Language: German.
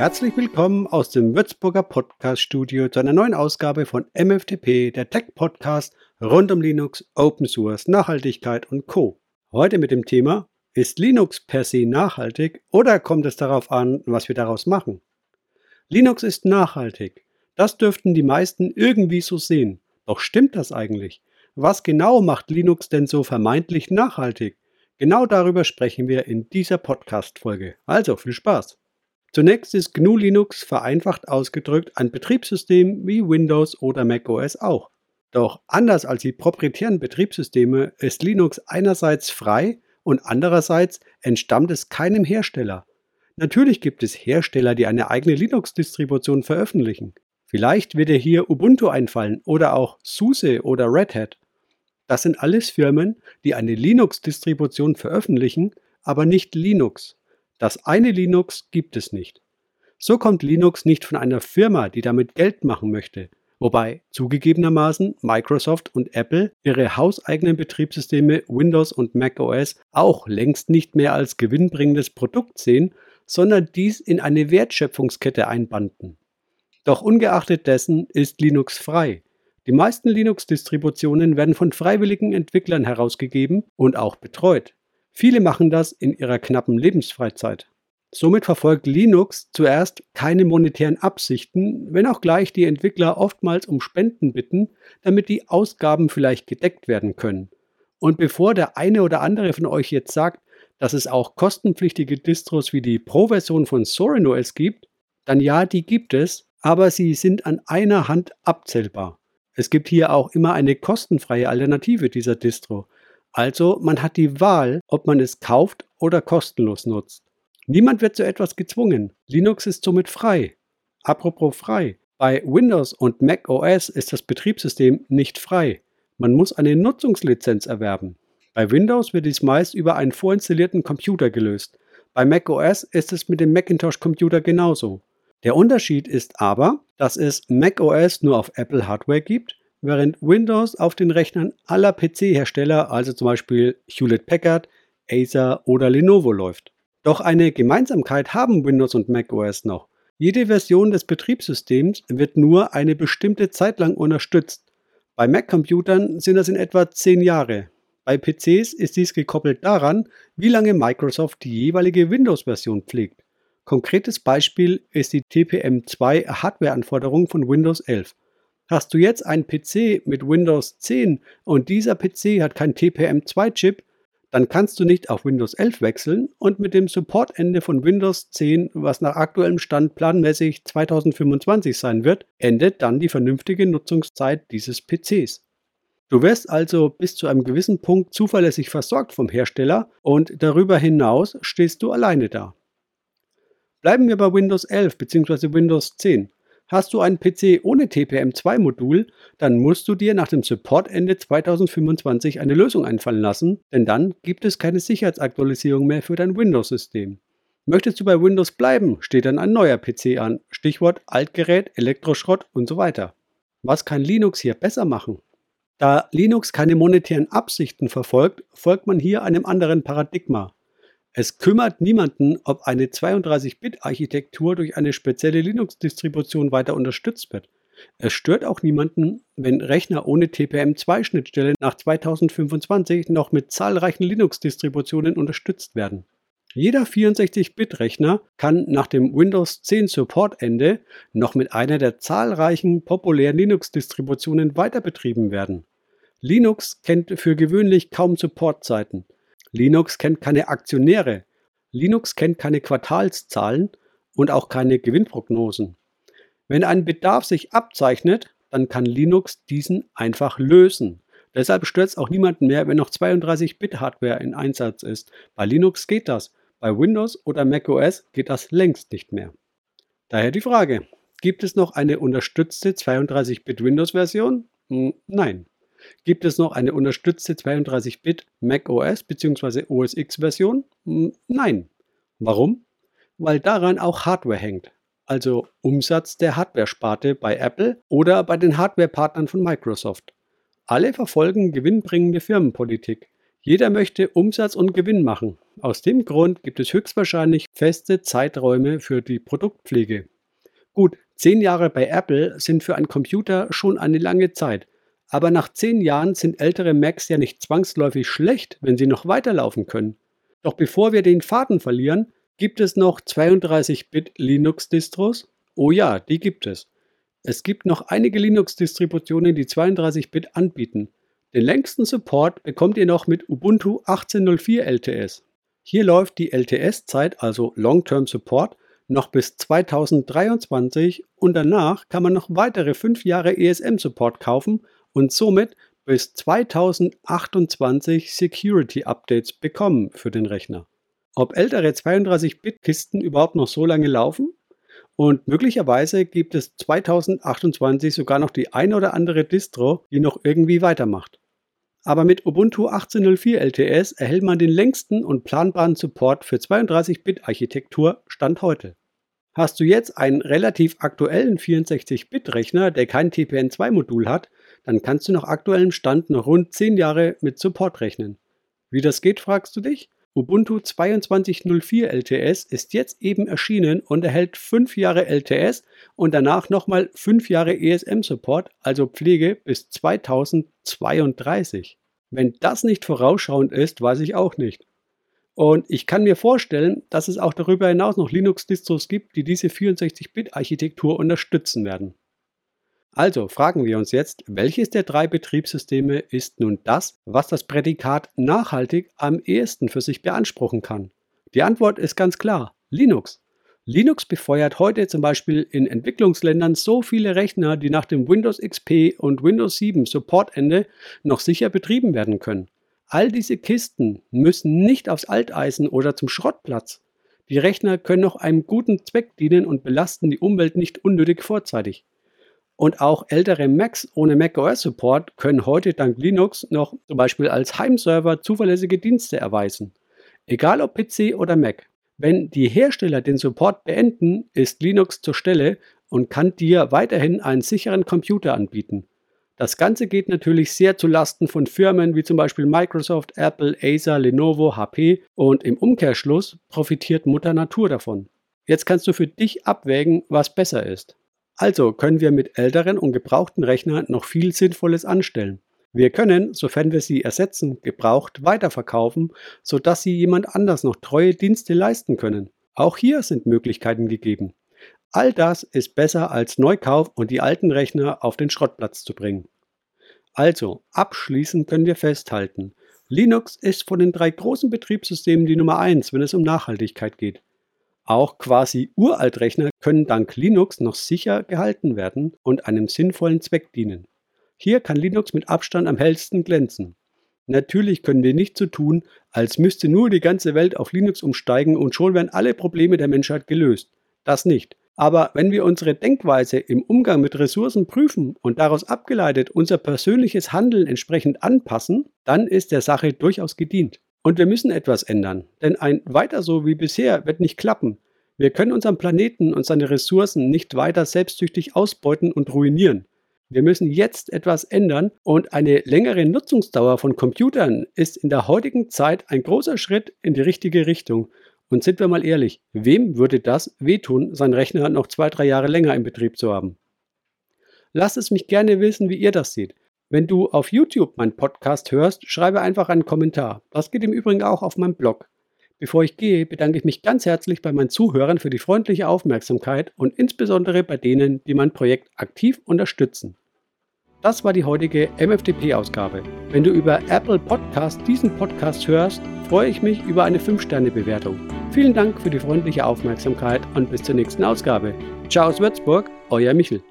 Herzlich willkommen aus dem Würzburger Podcast-Studio zu einer neuen Ausgabe von MFTP, der Tech-Podcast rund um Linux, Open Source, Nachhaltigkeit und Co. Heute mit dem Thema: Ist Linux per se nachhaltig oder kommt es darauf an, was wir daraus machen? Linux ist nachhaltig. Das dürften die meisten irgendwie so sehen. Doch stimmt das eigentlich? Was genau macht Linux denn so vermeintlich nachhaltig? Genau darüber sprechen wir in dieser Podcast-Folge. Also viel Spaß! Zunächst ist GNU Linux vereinfacht ausgedrückt ein Betriebssystem wie Windows oder macOS auch. Doch anders als die proprietären Betriebssysteme ist Linux einerseits frei und andererseits entstammt es keinem Hersteller. Natürlich gibt es Hersteller, die eine eigene Linux-Distribution veröffentlichen. Vielleicht wird dir hier Ubuntu einfallen oder auch SUSE oder Red Hat. Das sind alles Firmen, die eine Linux-Distribution veröffentlichen, aber nicht Linux. Das eine Linux gibt es nicht. So kommt Linux nicht von einer Firma, die damit Geld machen möchte, wobei zugegebenermaßen Microsoft und Apple ihre hauseigenen Betriebssysteme Windows und macOS auch längst nicht mehr als gewinnbringendes Produkt sehen, sondern dies in eine Wertschöpfungskette einbanden. Doch ungeachtet dessen ist Linux frei. Die meisten Linux-Distributionen werden von freiwilligen Entwicklern herausgegeben und auch betreut. Viele machen das in ihrer knappen Lebensfreizeit. Somit verfolgt Linux zuerst keine monetären Absichten, wenn auch gleich die Entwickler oftmals um Spenden bitten, damit die Ausgaben vielleicht gedeckt werden können. Und bevor der eine oder andere von euch jetzt sagt, dass es auch kostenpflichtige Distros wie die Pro-Version von Zorin OS gibt, dann ja, die gibt es, aber sie sind an einer Hand abzählbar. Es gibt hier auch immer eine kostenfreie Alternative dieser Distro. Also man hat die Wahl, ob man es kauft oder kostenlos nutzt. Niemand wird zu etwas gezwungen. Linux ist somit frei. Apropos frei. Bei Windows und macOS ist das Betriebssystem nicht frei. Man muss eine Nutzungslizenz erwerben. Bei Windows wird dies meist über einen vorinstallierten Computer gelöst. Bei macOS ist es mit dem Macintosh-Computer genauso. Der Unterschied ist aber, dass es macOS nur auf Apple-Hardware gibt, während Windows auf den Rechnern aller PC-Hersteller, also zum Beispiel Hewlett-Packard, Acer oder Lenovo läuft. Doch eine Gemeinsamkeit haben Windows und macOS noch. Jede Version des Betriebssystems wird nur eine bestimmte Zeit lang unterstützt. Bei Mac-Computern sind das in etwa 10 Jahre. Bei PCs ist dies gekoppelt daran, wie lange Microsoft die jeweilige Windows-Version pflegt. Konkretes Beispiel ist die TPM2 Hardware-Anforderung von Windows 11. Hast du jetzt einen PC mit Windows 10 und dieser PC hat kein TPM2-Chip, dann kannst du nicht auf Windows 11 wechseln und mit dem Supportende von Windows 10, was nach aktuellem Stand planmäßig 2025 sein wird, endet dann die vernünftige Nutzungszeit dieses PCs. Du wirst also bis zu einem gewissen Punkt zuverlässig versorgt vom Hersteller und darüber hinaus stehst du alleine da. Bleiben wir bei Windows 11 bzw. Windows 10. Hast du einen PC ohne TPM2-Modul, dann musst du dir nach dem Supportende 2025 eine Lösung einfallen lassen, denn dann gibt es keine Sicherheitsaktualisierung mehr für dein Windows-System. Möchtest du bei Windows bleiben, steht dann ein neuer PC an. Stichwort Altgerät, Elektroschrott und so weiter. Was kann Linux hier besser machen? Da Linux keine monetären Absichten verfolgt, folgt man hier einem anderen Paradigma. Es kümmert niemanden, ob eine 32-Bit-Architektur durch eine spezielle Linux-Distribution weiter unterstützt wird. Es stört auch niemanden, wenn Rechner ohne TPM2-Schnittstelle nach 2025 noch mit zahlreichen Linux-Distributionen unterstützt werden. Jeder 64-Bit-Rechner kann nach dem Windows 10 Supportende noch mit einer der zahlreichen populären Linux-Distributionen weiterbetrieben werden. Linux kennt für gewöhnlich kaum Supportzeiten. Linux kennt keine Aktionäre, Linux kennt keine Quartalszahlen und auch keine Gewinnprognosen. Wenn ein Bedarf sich abzeichnet, dann kann Linux diesen einfach lösen. Deshalb stört es auch niemanden mehr, wenn noch 32-Bit-Hardware in Einsatz ist. Bei Linux geht das, bei Windows oder macOS geht das längst nicht mehr. Daher die Frage: Gibt es noch eine unterstützte 32-Bit-Windows-Version? Nein. Gibt es noch eine unterstützte 32-Bit macOS bzw. OS X-Version? Nein. Warum? Weil daran auch Hardware hängt, also Umsatz der Hardware-Sparte bei Apple oder bei den Hardware-Partnern von Microsoft. Alle verfolgen gewinnbringende Firmenpolitik. Jeder möchte Umsatz und Gewinn machen. Aus dem Grund gibt es höchstwahrscheinlich feste Zeiträume für die Produktpflege. Gut, 10 Jahre bei Apple sind für einen Computer schon eine lange Zeit. Aber nach 10 Jahren sind ältere Macs ja nicht zwangsläufig schlecht, wenn sie noch weiterlaufen können. Doch bevor wir den Faden verlieren, gibt es noch 32-Bit Linux-Distros? Oh ja, die gibt es. Es gibt noch einige Linux-Distributionen, die 32-Bit anbieten. Den längsten Support bekommt ihr noch mit Ubuntu 18.04 LTS. Hier läuft die LTS-Zeit, also Long-Term Support, noch bis 2023 und danach kann man noch weitere 5 Jahre ESM-Support kaufen und somit bis 2028 Security-Updates bekommen für den Rechner. Ob ältere 32-Bit-Kisten überhaupt noch so lange laufen? Und möglicherweise gibt es 2028 sogar noch die eine oder andere Distro, die noch irgendwie weitermacht. Aber mit Ubuntu 18.04 LTS erhält man den längsten und planbaren Support für 32-Bit-Architektur Stand heute. Hast du jetzt einen relativ aktuellen 64-Bit-Rechner, der kein TPN2-Modul hat, dann kannst du nach aktuellem Stand noch rund 10 Jahre mit Support rechnen. Wie das geht, fragst du dich? Ubuntu 22.04 LTS ist jetzt eben erschienen und erhält 5 Jahre LTS und danach nochmal 5 Jahre ESM-Support, also Pflege bis 2032. Wenn das nicht vorausschauend ist, weiß ich auch nicht. Und ich kann mir vorstellen, dass es auch darüber hinaus noch Linux-Distros gibt, die diese 64-Bit-Architektur unterstützen werden. Also fragen wir uns jetzt, welches der 3 Betriebssysteme ist nun das, was das Prädikat nachhaltig am ehesten für sich beanspruchen kann? Die Antwort ist ganz klar: Linux. Linux befeuert heute zum Beispiel in Entwicklungsländern so viele Rechner, die nach dem Windows XP und Windows 7 Supportende noch sicher betrieben werden können. All diese Kisten müssen nicht aufs Alteisen oder zum Schrottplatz. Die Rechner können noch einem guten Zweck dienen und belasten die Umwelt nicht unnötig vorzeitig. Und auch ältere Macs ohne macOS-Support können heute dank Linux noch zum Beispiel als Heimserver zuverlässige Dienste erweisen. Egal ob PC oder Mac. Wenn die Hersteller den Support beenden, ist Linux zur Stelle und kann dir weiterhin einen sicheren Computer anbieten. Das Ganze geht natürlich sehr zu Lasten von Firmen wie zum Beispiel Microsoft, Apple, Acer, Lenovo, HP und im Umkehrschluss profitiert Mutter Natur davon. Jetzt kannst du für dich abwägen, was besser ist. Also können wir mit älteren und gebrauchten Rechnern noch viel Sinnvolles anstellen. Wir können, sofern wir sie ersetzen, gebraucht weiterverkaufen, sodass sie jemand anders noch treue Dienste leisten können. Auch hier sind Möglichkeiten gegeben. All das ist besser als Neukauf und die alten Rechner auf den Schrottplatz zu bringen. Also, abschließend können wir festhalten, Linux ist von den 3 großen Betriebssystemen die Nummer 1, wenn es um Nachhaltigkeit geht. Auch quasi Uraltrechner können dank Linux noch sicher gehalten werden und einem sinnvollen Zweck dienen. Hier kann Linux mit Abstand am hellsten glänzen. Natürlich können wir nicht so tun, als müsste nur die ganze Welt auf Linux umsteigen und schon wären alle Probleme der Menschheit gelöst. Das nicht. Aber wenn wir unsere Denkweise im Umgang mit Ressourcen prüfen und daraus abgeleitet unser persönliches Handeln entsprechend anpassen, dann ist der Sache durchaus gedient. Und wir müssen etwas ändern, denn ein weiter so wie bisher wird nicht klappen. Wir können unseren Planeten und seine Ressourcen nicht weiter selbstsüchtig ausbeuten und ruinieren. Wir müssen jetzt etwas ändern und eine längere Nutzungsdauer von Computern ist in der heutigen Zeit ein großer Schritt in die richtige Richtung. Und sind wir mal ehrlich, wem würde das wehtun, seinen Rechner noch 2-3 Jahre länger in Betrieb zu haben? Lasst es mich gerne wissen, wie ihr das seht. Wenn du auf YouTube meinen Podcast hörst, schreibe einfach einen Kommentar. Das geht im Übrigen auch auf meinem Blog. Bevor ich gehe, bedanke ich mich ganz herzlich bei meinen Zuhörern für die freundliche Aufmerksamkeit und insbesondere bei denen, die mein Projekt aktiv unterstützen. Das war die heutige MFTP-Ausgabe. Wenn du über Apple Podcast diesen Podcast hörst, freue ich mich über eine 5-Sterne-Bewertung. Vielen Dank für die freundliche Aufmerksamkeit und bis zur nächsten Ausgabe. Ciao aus Würzburg, euer Michel.